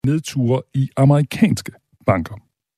nedture i amerikanske banker.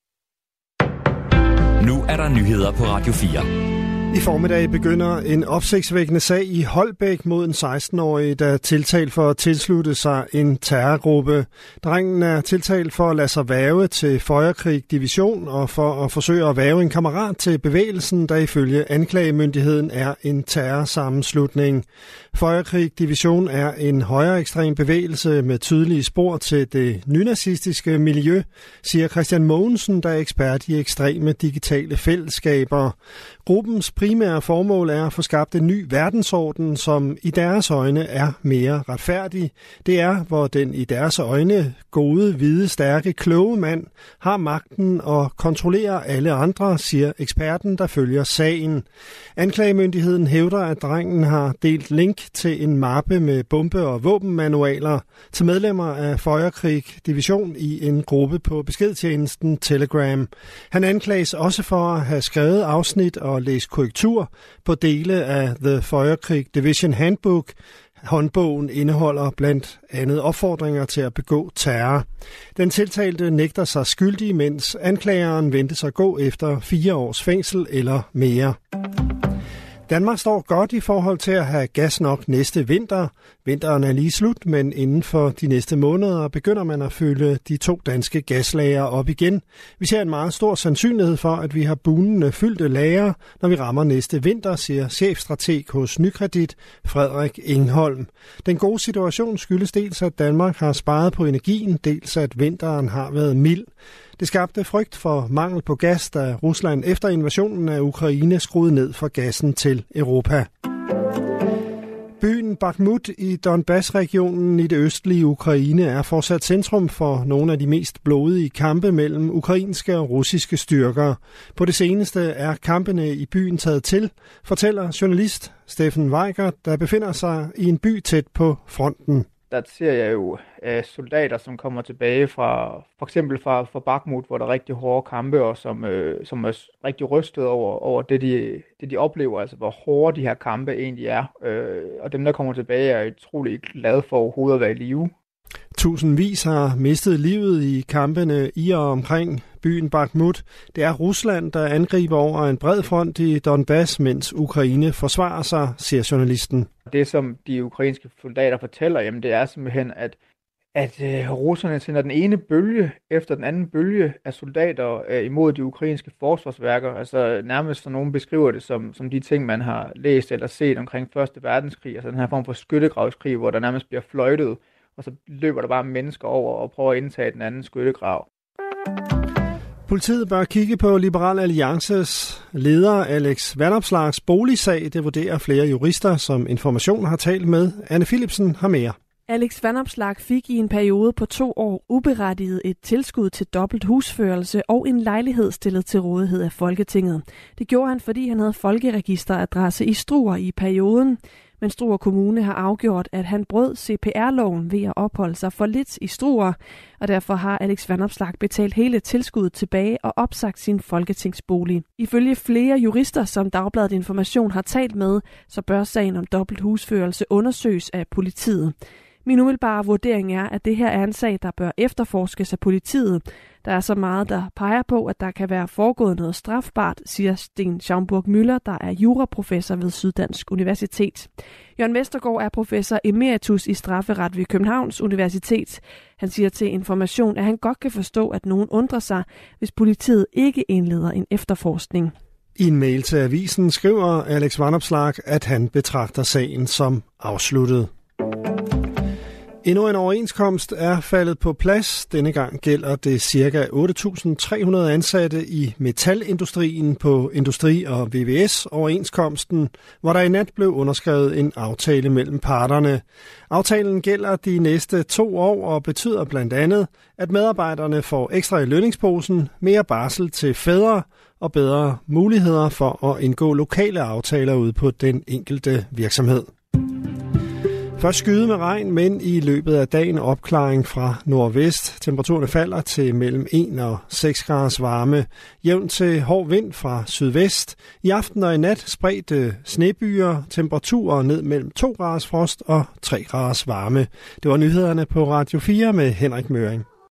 Nu er der nyheder på Radio 4. I formiddag begynder en opsigtsvækkende sag i Holbæk mod en 16-årig, der er tiltalt for at tilslutte sig en terrorgruppe. Drengen er tiltalt for at lade sig hverve til Feuerkrig Division og for at forsøge at hverve en kammerat til bevægelsen, der ifølge anklagemyndigheden er en terrorsammenslutning. Feuerkrig Division er en højere ekstrem bevægelse med tydelige spor til det nynazistiske miljø, siger Christian Mogensen, der er ekspert i ekstreme digitale fællesskaber. Gruppens primære formål er at få skabt en ny verdensorden, som i deres øjne er mere retfærdig. Det er, hvor den i deres øjne gode, hvide, stærke, kloge mand har magten og kontrollerer alle andre, siger eksperten, der følger sagen. Anklagemyndigheden hævder, at drengen har delt link til en mappe med bombe- og våbenmanualer til medlemmer af Feuerkrig Division i en gruppe på beskedtjenesten Telegram. Han anklages også for at have skrevet afsnit og læst korrektur på dele af The Feuerkrig Division Handbook. Håndbogen indeholder blandt andet opfordringer til at begå terror. Den tiltalte nægter sig skyldig, mens anklageren ventes at gå efter 4 års fængsel eller mere. Danmark står godt i forhold til at have gas nok næste vinter. Vinteren er lige slut, men inden for de næste måneder begynder man at fylde de 2 danske gaslager op igen. Vi ser en meget stor sandsynlighed for, at vi har bunende fyldte lager, når vi rammer næste vinter, siger chefstrateg hos Nykredit, Frederik Engholm. Den gode situation skyldes dels, at Danmark har sparet på energien, dels at vinteren har været mild. Det skabte frygt for mangel på gas, da Rusland efter invasionen af Ukraine skruede ned for gassen til Europa. Byen Bakhmut i Donbass-regionen i det østlige Ukraine er fortsat centrum for nogle af de mest blodige kampe mellem ukrainske og russiske styrker. På det seneste er kampene i byen taget til, fortæller journalist Steffen Weiger, der befinder sig i en by tæt på fronten. Der ser jeg jo soldater, som kommer tilbage fra for eksempel fra Bakhmut, hvor der er rigtig hårde kampe, og som er rigtig rystet over det, de oplever, altså hvor hårde de her kampe egentlig er. Og dem, der kommer tilbage, er utrolig glade for overhovedet at være i live. Tusindvis har mistet livet i kampene i og omkring byen Bakhmut. Det er Rusland, der angriber over en bred front i Donbass, mens Ukraine forsvarer sig, siger journalisten. Det, som de ukrainske soldater fortæller, jamen, det er simpelthen, at russerne sender den ene bølge efter den anden bølge af soldater imod de ukrainske forsvarsværker. Altså nærmest så nogen beskriver det som de ting, man har læst eller set omkring 1. verdenskrig. Altså den her form for skyttegravskrig, hvor der nærmest bliver fløjtet, og så løber der bare mennesker over og prøver at indtage den anden skyttegrav. Politiet bør kigge på Liberal Alliances leder Alex Vanopslaghs boligsag. Det vurderer flere jurister, som Information har talt med. Anne Philipsen har mere. Alex Vanopslagh fik i en periode på 2 år uberettiget et tilskud til dobbelt husførelse og en lejlighed stillet til rådighed af Folketinget. Det gjorde han, fordi han havde folkeregisteradresse i Struer i perioden. Men Struer Kommune har afgjort, at han brød CPR-loven ved at opholde sig for lidt i Struer, og derfor har Alex Vanopslagh betalt hele tilskuddet tilbage og opsagt sin folketingsbolig. Ifølge flere jurister, som Dagbladet Information har talt med, så bør sagen om dobbelt husførelse undersøges af politiet. Min umiddelbare vurdering er, at det her er en sag, der bør efterforskes af politiet. Der er så meget, der peger på, at der kan være foregået noget strafbart, siger Sten Schaumburg-Müller, der er juraprofessor ved Syddansk Universitet. Jørgen Vestergaard er professor emeritus i strafferet ved Københavns Universitet. Han siger til Information, at han godt kan forstå, at nogen undrer sig, hvis politiet ikke indleder en efterforskning. I en mail til avisen skriver Alex Vanopslagh, at han betragter sagen som afsluttet. Endnu en overenskomst er faldet på plads. Denne gang gælder det ca. 8.300 ansatte i metalindustrien på Industri- og VVS-overenskomsten, hvor der i nat blev underskrevet en aftale mellem parterne. Aftalen gælder de næste 2 år og betyder blandt andet, at medarbejderne får ekstra i lønningsposen, mere barsel til fædre og bedre muligheder for at indgå lokale aftaler ude på den enkelte virksomhed. Først skyde med regn, men i løbet af dagen opklaring fra nordvest. Temperaturerne falder til mellem 1 og 6 graders varme. Jævn til hård vind fra sydvest. I aften og i nat spredte snebyer, temperaturer ned mellem 2 graders frost og 3 graders varme. Det var nyhederne på Radio 4 med Henrik Møring.